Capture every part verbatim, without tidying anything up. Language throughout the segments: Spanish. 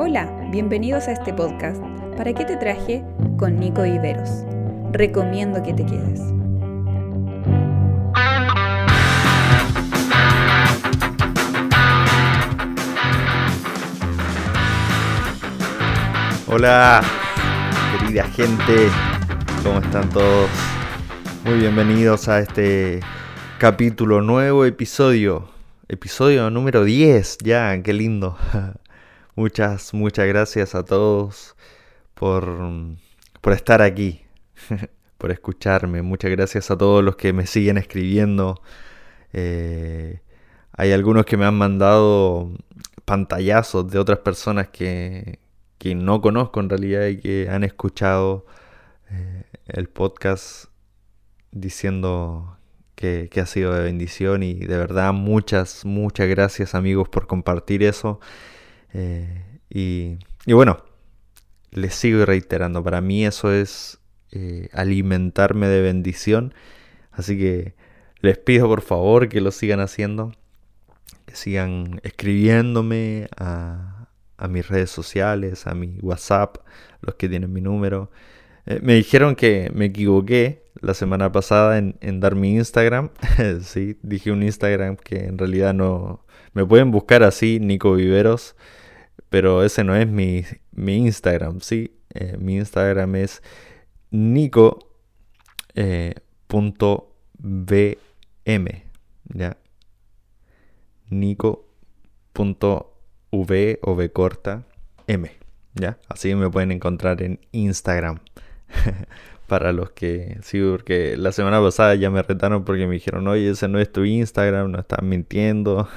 Hola, bienvenidos a este podcast. ¿Para qué te traje? Con Nico Viveros. Recomiendo que te quedes. Hola, querida gente, ¿cómo están todos? Muy bienvenidos a este capítulo, nuevo episodio, episodio número diez, ya, qué lindo. Muchas, muchas gracias a todos por, por estar aquí, por escucharme. Muchas gracias a todos los que me siguen escribiendo. Eh, hay algunos que me han mandado pantallazos de otras personas que... que no conozco en realidad y que han escuchado eh, el podcast diciendo que, que ha sido de bendición, y de verdad muchas, muchas gracias amigos por compartir eso. Eh, y, y bueno, les sigo reiterando, para mí eso es eh, alimentarme de bendición, así que les pido por favor que lo sigan haciendo, que sigan escribiéndome a... a mis redes sociales, a mi WhatsApp, los que tienen mi número. Eh, me dijeron que me equivoqué la semana pasada en, en dar mi Instagram. Sí, dije un Instagram que en realidad no... Me pueden buscar así, Nico Viveros, pero ese no es mi, mi Instagram, ¿sí? Eh, mi Instagram es nico punto v m, ¿ya? Nico punto V o V corta M, ¿ya? Así me pueden encontrar en Instagram. Para los que... Sí, porque la semana pasada ya me retaron porque me dijeron, oye, ese no es tu Instagram, no estás mintiendo.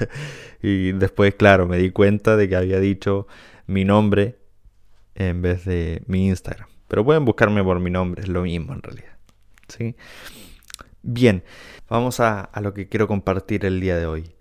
Y después, claro, me di cuenta de que había dicho mi nombre en vez de mi Instagram. Pero pueden buscarme por mi nombre, es lo mismo en realidad, ¿sí? Bien, vamos a, a lo que quiero compartir el día de hoy.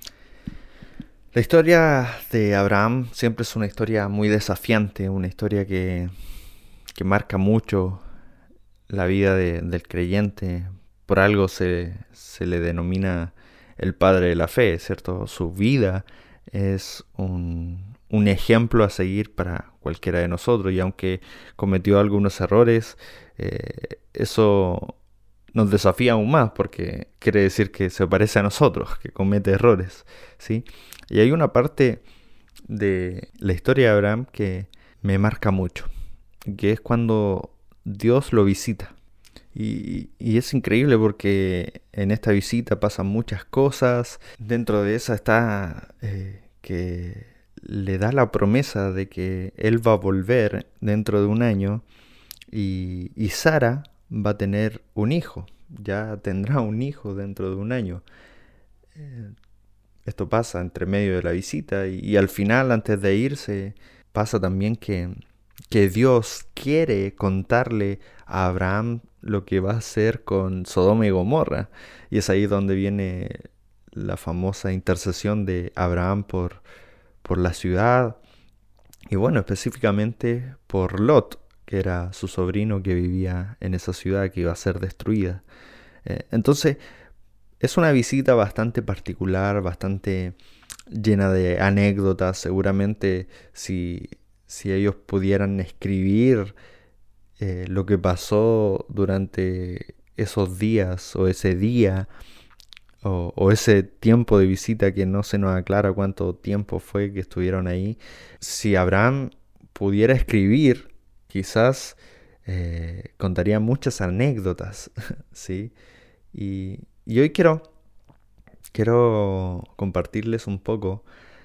La historia de Abraham siempre es una historia muy desafiante, una historia que, que marca mucho la vida de, del creyente. Por algo se, se le denomina el padre de la fe, ¿cierto? Su vida es un, un ejemplo a seguir para cualquiera de nosotros, y aunque cometió algunos errores, eh, eso nos desafía aún más, porque quiere decir que se parece a nosotros, que comete errores, ¿sí? Y hay una parte de la historia de Abraham que me marca mucho, que es cuando Dios lo visita. Y, y es increíble porque en esta visita pasan muchas cosas. Dentro de esa está eh, que le da la promesa de que él va a volver dentro de un año, y, y Sara va a tener un hijo. Ya tendrá un hijo dentro de un año. Eh, Esto pasa entre medio de la visita, y, y al final, antes de irse, pasa también que, que Dios quiere contarle a Abraham lo que va a hacer con Sodoma y Gomorra. Y es ahí donde viene la famosa intercesión de Abraham por, por la ciudad, y bueno, específicamente por Lot, que era su sobrino que vivía en esa ciudad que iba a ser destruida. Eh, entonces... Es una visita bastante particular, bastante llena de anécdotas. Seguramente si, si ellos pudieran escribir eh, lo que pasó durante esos días o ese día o, o ese tiempo de visita, que no se nos aclara cuánto tiempo fue que estuvieron ahí. Si Abraham pudiera escribir, quizás eh, contaría muchas anécdotas, ¿sí? Y... Y hoy quiero, quiero compartirles un poco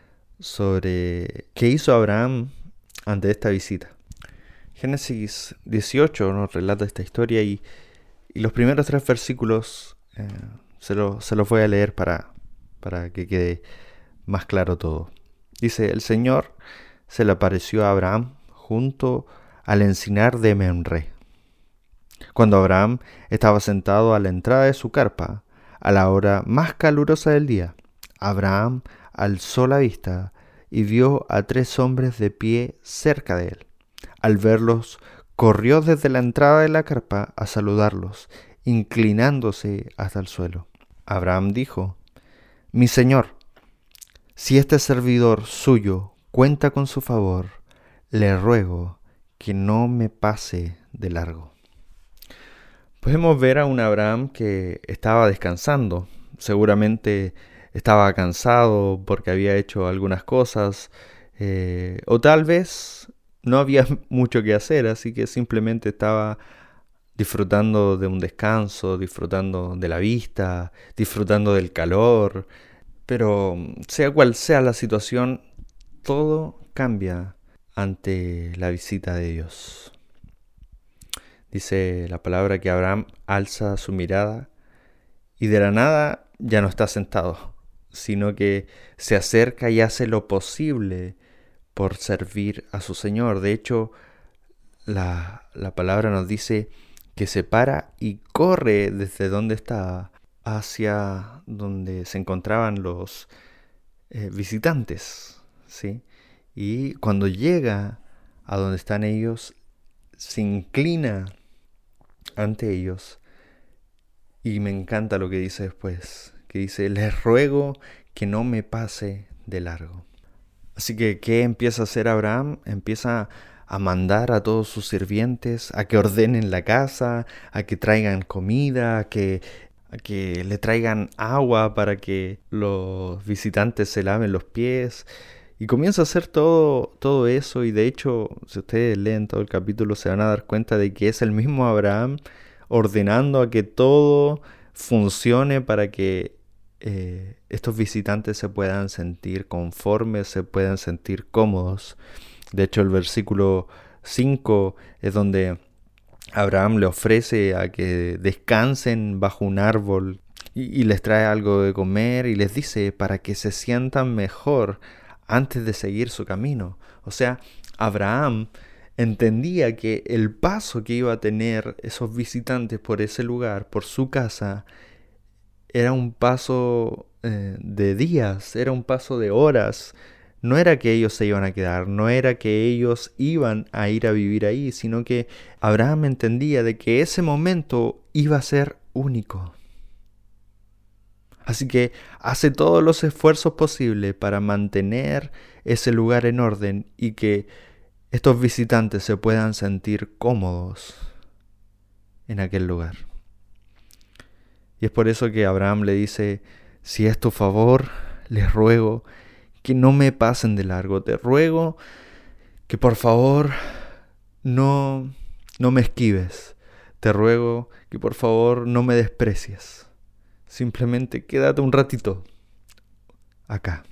sobre qué hizo Abraham ante esta visita. Génesis dieciocho nos relata esta historia, y, y los primeros tres versículos eh, se, lo, se los voy a leer para, para que quede más claro todo. Dice: el Señor se le apareció a Abraham junto al encinar de Mamre, cuando Abraham estaba sentado a la entrada de su carpa, a la hora más calurosa del día. Abraham alzó la vista y vio a tres hombres de pie cerca de él. Al verlos, corrió desde la entrada de la carpa a saludarlos, inclinándose hasta el suelo. Abraham dijo: mi señor, si este servidor suyo cuenta con su favor, le ruego que no me pase de largo. Podemos ver a un Abraham que estaba descansando. Seguramente estaba cansado porque había hecho algunas cosas, eh, o tal vez no había mucho que hacer, así que simplemente estaba disfrutando de un descanso, disfrutando de la vista, disfrutando del calor. Pero sea cual sea la situación, todo cambia ante la visita de Dios. Dice la palabra que Abraham alza su mirada y de la nada ya no está sentado, sino que se acerca y hace lo posible por servir a su Señor. De hecho, la, la palabra nos dice que se para y corre desde donde está hacia donde se encontraban los eh, visitantes, ¿sí? Y cuando llega a donde están ellos, se inclina ante ellos. Y me encanta lo que dice después, que dice, les ruego que no me pase de largo. Así que, ¿qué empieza a hacer Abraham? Empieza a mandar a todos sus sirvientes a que ordenen la casa, a que traigan comida, a que, a que le traigan agua para que los visitantes se laven los pies. Y comienza a hacer todo, todo eso, y de hecho, si ustedes leen todo el capítulo, se van a dar cuenta de que es el mismo Abraham ordenando a que todo funcione para que eh, estos visitantes se puedan sentir conformes, se puedan sentir cómodos. De hecho, el versículo cinco es donde Abraham le ofrece a que descansen bajo un árbol y, y les trae algo de comer y les dice para que se sientan mejor antes de seguir su camino. O sea, Abraham entendía que el paso que iba a tener esos visitantes por ese lugar, por su casa, era un paso eh, de días, era un paso de horas. No era que ellos se iban a quedar, no era que ellos iban a ir a vivir ahí, sino que Abraham entendía de que ese momento iba a ser único. Así que hace todos los esfuerzos posibles para mantener ese lugar en orden y que estos visitantes se puedan sentir cómodos en aquel lugar. Y es por eso que Abraham le dice, si es tu favor, les ruego que no me pasen de largo. Te ruego que por favor no, no me esquives. Te ruego que por favor no me desprecies. Simplemente quédate un ratito acá.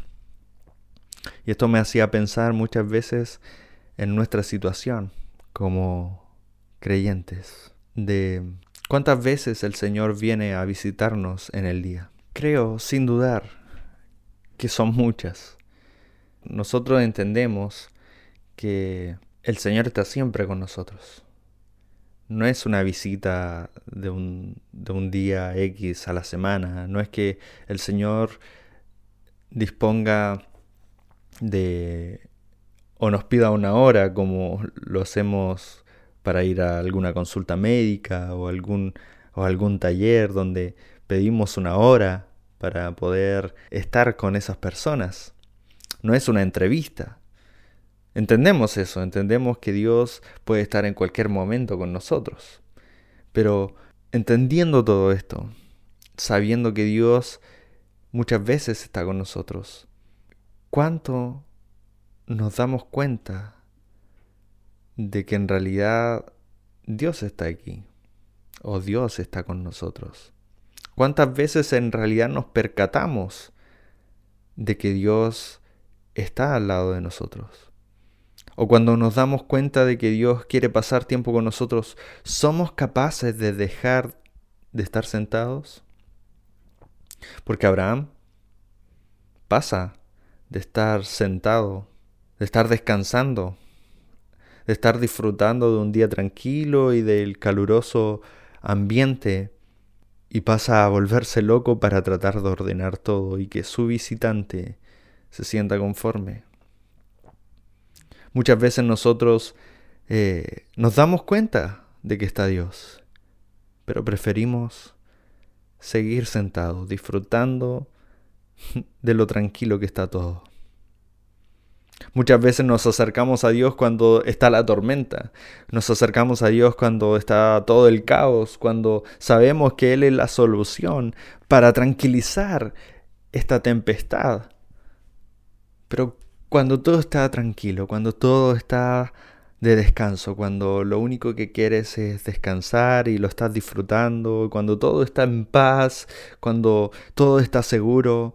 Y esto me hacía pensar muchas veces en nuestra situación como creyentes, de cuántas veces el Señor viene a visitarnos en el día. Creo, sin dudar, que son muchas. Nosotros entendemos que el Señor está siempre con nosotros. No es una visita de un, de un día X a la semana. No es que el Señor disponga de o nos pida una hora como lo hacemos para ir a alguna consulta médica o algún, o algún taller donde pedimos una hora para poder estar con esas personas. No es una entrevista. Entendemos eso, entendemos que Dios puede estar en cualquier momento con nosotros. Pero entendiendo todo esto, sabiendo que Dios muchas veces está con nosotros, ¿cuánto nos damos cuenta de que en realidad Dios está aquí? O Dios está con nosotros. ¿Cuántas veces en realidad nos percatamos de que Dios está al lado de nosotros? O cuando nos damos cuenta de que Dios quiere pasar tiempo con nosotros, ¿somos capaces de dejar de estar sentados? Porque Abraham pasa de estar sentado, de estar descansando, de estar disfrutando de un día tranquilo y del caluroso ambiente, y pasa a volverse loco para tratar de ordenar todo y que su visitante se sienta conforme. Muchas veces nosotros eh, nos damos cuenta de que está Dios, pero preferimos seguir sentados, disfrutando de lo tranquilo que está todo. Muchas veces nos acercamos a Dios cuando está la tormenta, nos acercamos a Dios cuando está todo el caos, cuando sabemos que Él es la solución para tranquilizar esta tempestad. Pero cuando todo está tranquilo, cuando todo está de descanso, cuando lo único que quieres es descansar y lo estás disfrutando, cuando todo está en paz, cuando todo está seguro,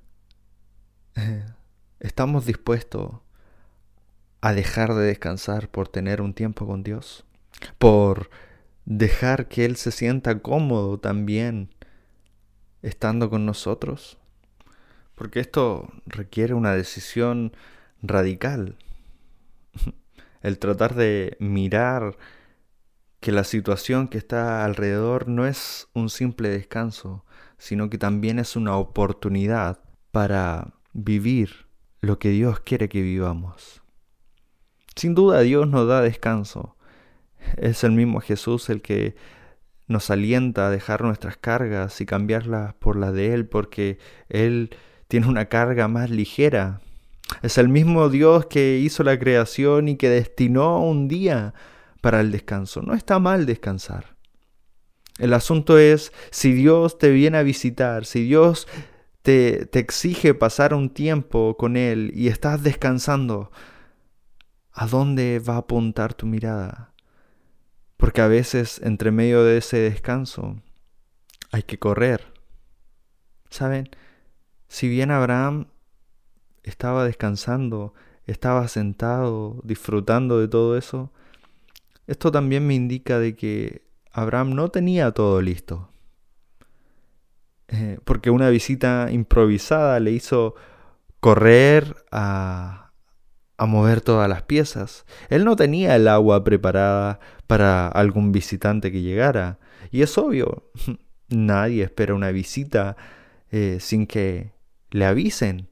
¿estamos dispuestos a dejar de descansar por tener un tiempo con Dios? Por dejar que Él se sienta cómodo también estando con nosotros. Porque esto requiere una decisión radical. El tratar de mirar que la situación que está alrededor no es un simple descanso, sino que también es una oportunidad para vivir lo que Dios quiere que vivamos. Sin duda Dios nos da descanso. Es el mismo Jesús el que nos alienta a dejar nuestras cargas y cambiarlas por las de Él, porque Él tiene una carga más ligera. Es el mismo Dios que hizo la creación y que destinó un día para el descanso. No está mal descansar. El asunto es si Dios te viene a visitar, si Dios te, te exige pasar un tiempo con Él y estás descansando, ¿a dónde va a apuntar tu mirada? Porque a veces entre medio de ese descanso hay que correr. ¿Saben? Si bien Abraham estaba descansando, estaba sentado, disfrutando de todo eso, esto también me indica de que Abraham no tenía todo listo. Eh, porque una visita improvisada le hizo correr a, a mover todas las piezas. Él no tenía el agua preparada para algún visitante que llegara. Y es obvio, nadie espera una visita eh, sin que le avisen.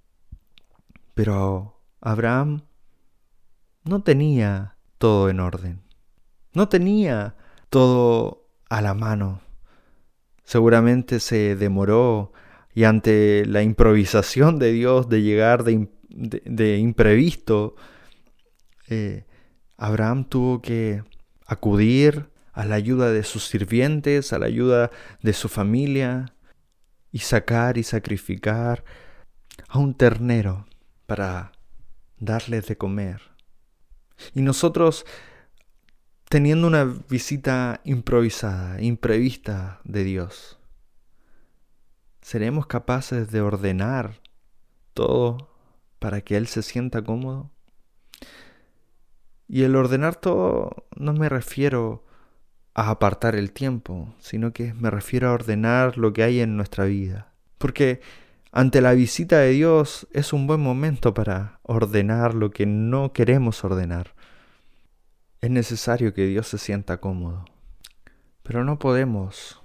Pero Abraham no tenía todo en orden. No tenía todo a la mano. Seguramente se demoró y ante la improvisación de Dios de llegar de, de, de imprevisto, eh, Abraham tuvo que acudir a la ayuda de sus sirvientes, a la ayuda de su familia y sacar y sacrificar a un ternero para darles de comer. Y nosotros, teniendo una visita improvisada, imprevista de Dios, ¿seremos capaces de ordenar todo para que Él se sienta cómodo? Y el ordenar todo no me refiero a apartar el tiempo, sino que me refiero a ordenar lo que hay en nuestra vida. Porque ante la visita de Dios es un buen momento para ordenar lo que no queremos ordenar. Es necesario que Dios se sienta cómodo, pero no podemos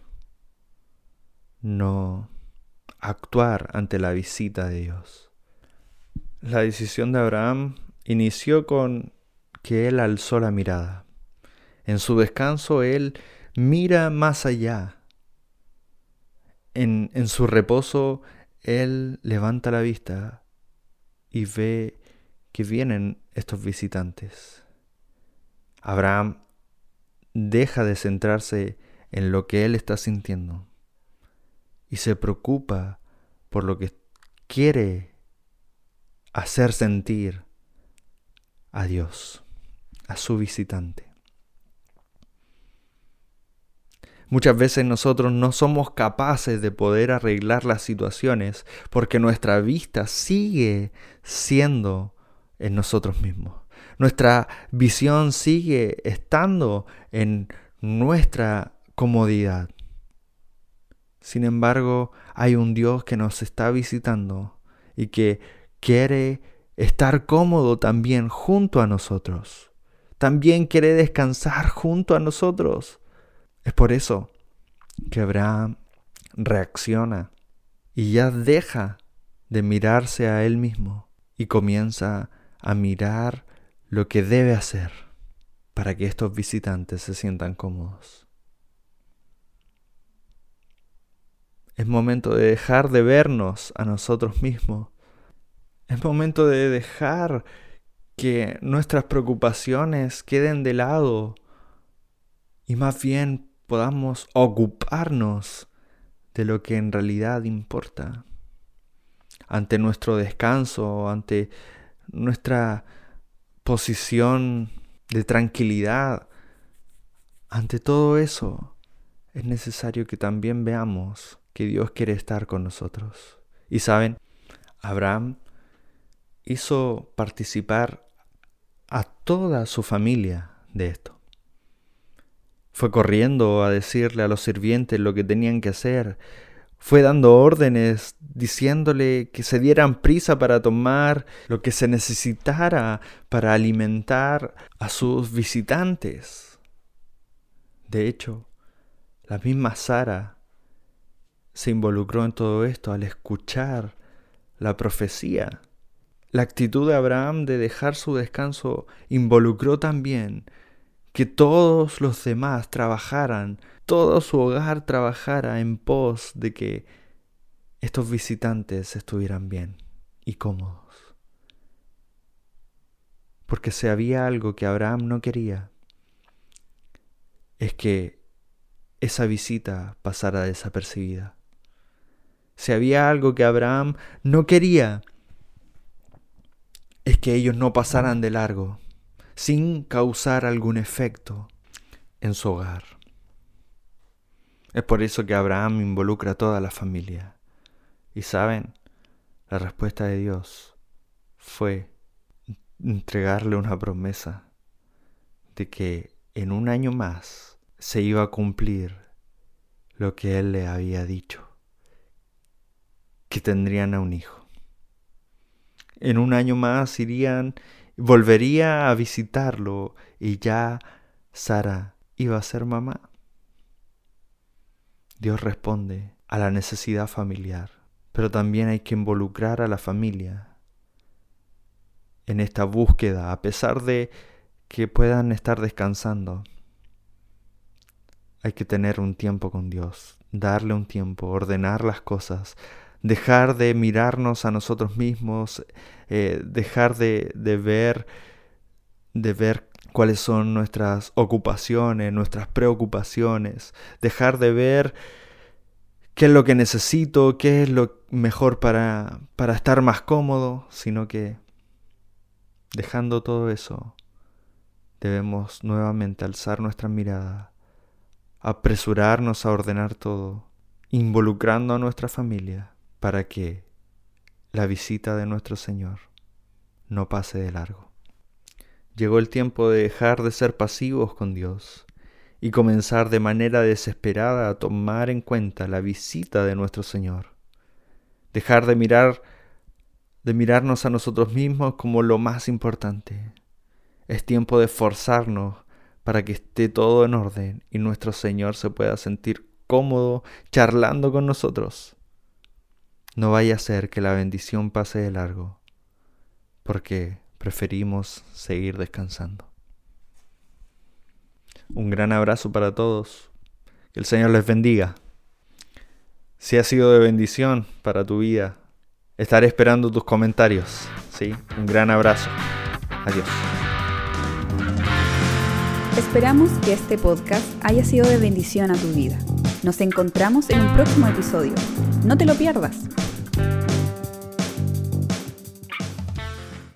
no actuar ante la visita de Dios. La decisión de Abraham inició con que él alzó la mirada. En su descanso él mira más allá. En, en su reposo él levanta la vista y ve que vienen estos visitantes. Abraham deja de centrarse en lo que él está sintiendo y se preocupa por lo que quiere hacer sentir a Dios, a su visitante. Muchas veces nosotros no somos capaces de poder arreglar las situaciones porque nuestra vista sigue siendo en nosotros mismos. Nuestra visión sigue estando en nuestra comodidad. Sin embargo, hay un Dios que nos está visitando y que quiere estar cómodo también junto a nosotros. También quiere descansar junto a nosotros. Es por eso que Abraham reacciona y ya deja de mirarse a él mismo y comienza a mirar lo que debe hacer para que estos visitantes se sientan cómodos. Es momento de dejar de vernos a nosotros mismos Es momento de dejar que nuestras preocupaciones queden de lado y más bien podamos ocuparnos de lo que en realidad importa. Ante nuestro descanso, ante nuestra posición de tranquilidad, ante todo eso, es necesario que también veamos que Dios quiere estar con nosotros. Y saben, Abraham hizo participar a toda su familia de esto. Fue corriendo a decirle a los sirvientes lo que tenían que hacer. Fue dando órdenes, diciéndole que se dieran prisa para tomar lo que se necesitara para alimentar a sus visitantes. De hecho, la misma Sara se involucró en todo esto al escuchar la profecía. La actitud de Abraham de dejar su descanso involucró también que todos los demás trabajaran, todo su hogar trabajara en pos de que estos visitantes estuvieran bien y cómodos. Porque si había algo que Abraham no quería, es que esa visita pasara desapercibida. Si había algo que Abraham no quería, es que ellos no pasaran de largo, sin causar algún efecto en su hogar. Es por eso que Abraham involucra a toda la familia. Y saben, la respuesta de Dios fue entregarle una promesa de que en un año más se iba a cumplir lo que él le había dicho, que tendrían a un hijo. En un año más irían, volvería a visitarlo y ya Sara iba a ser mamá. Dios responde a la necesidad familiar, pero también hay que involucrar a la familia en esta búsqueda, a pesar de que puedan estar descansando. Hay que tener un tiempo con Dios, darle un tiempo, ordenar las cosas, dejar de mirarnos a nosotros mismos, eh, dejar de, de ver, de ver cuáles son nuestras ocupaciones, nuestras preocupaciones, dejar de ver qué es lo que necesito, qué es lo mejor para, para estar más cómodo, sino que dejando todo eso, debemos nuevamente alzar nuestra mirada, apresurarnos a ordenar todo, involucrando a nuestra familia, para que la visita de nuestro Señor no pase de largo. Llegó el tiempo de dejar de ser pasivos con Dios y comenzar de manera desesperada a tomar en cuenta la visita de nuestro Señor. Dejar de mirar, de mirarnos a nosotros mismos como lo más importante. Es tiempo de esforzarnos para que esté todo en orden y nuestro Señor se pueda sentir cómodo charlando con nosotros. No vaya a ser que la bendición pase de largo, porque preferimos seguir descansando. Un gran abrazo para todos. Que el Señor les bendiga. Si ha sido de bendición para tu vida, estaré esperando tus comentarios. ¿Sí? Un gran abrazo. Adiós. Esperamos que este podcast haya sido de bendición a tu vida. Nos encontramos en un próximo episodio. No te lo pierdas.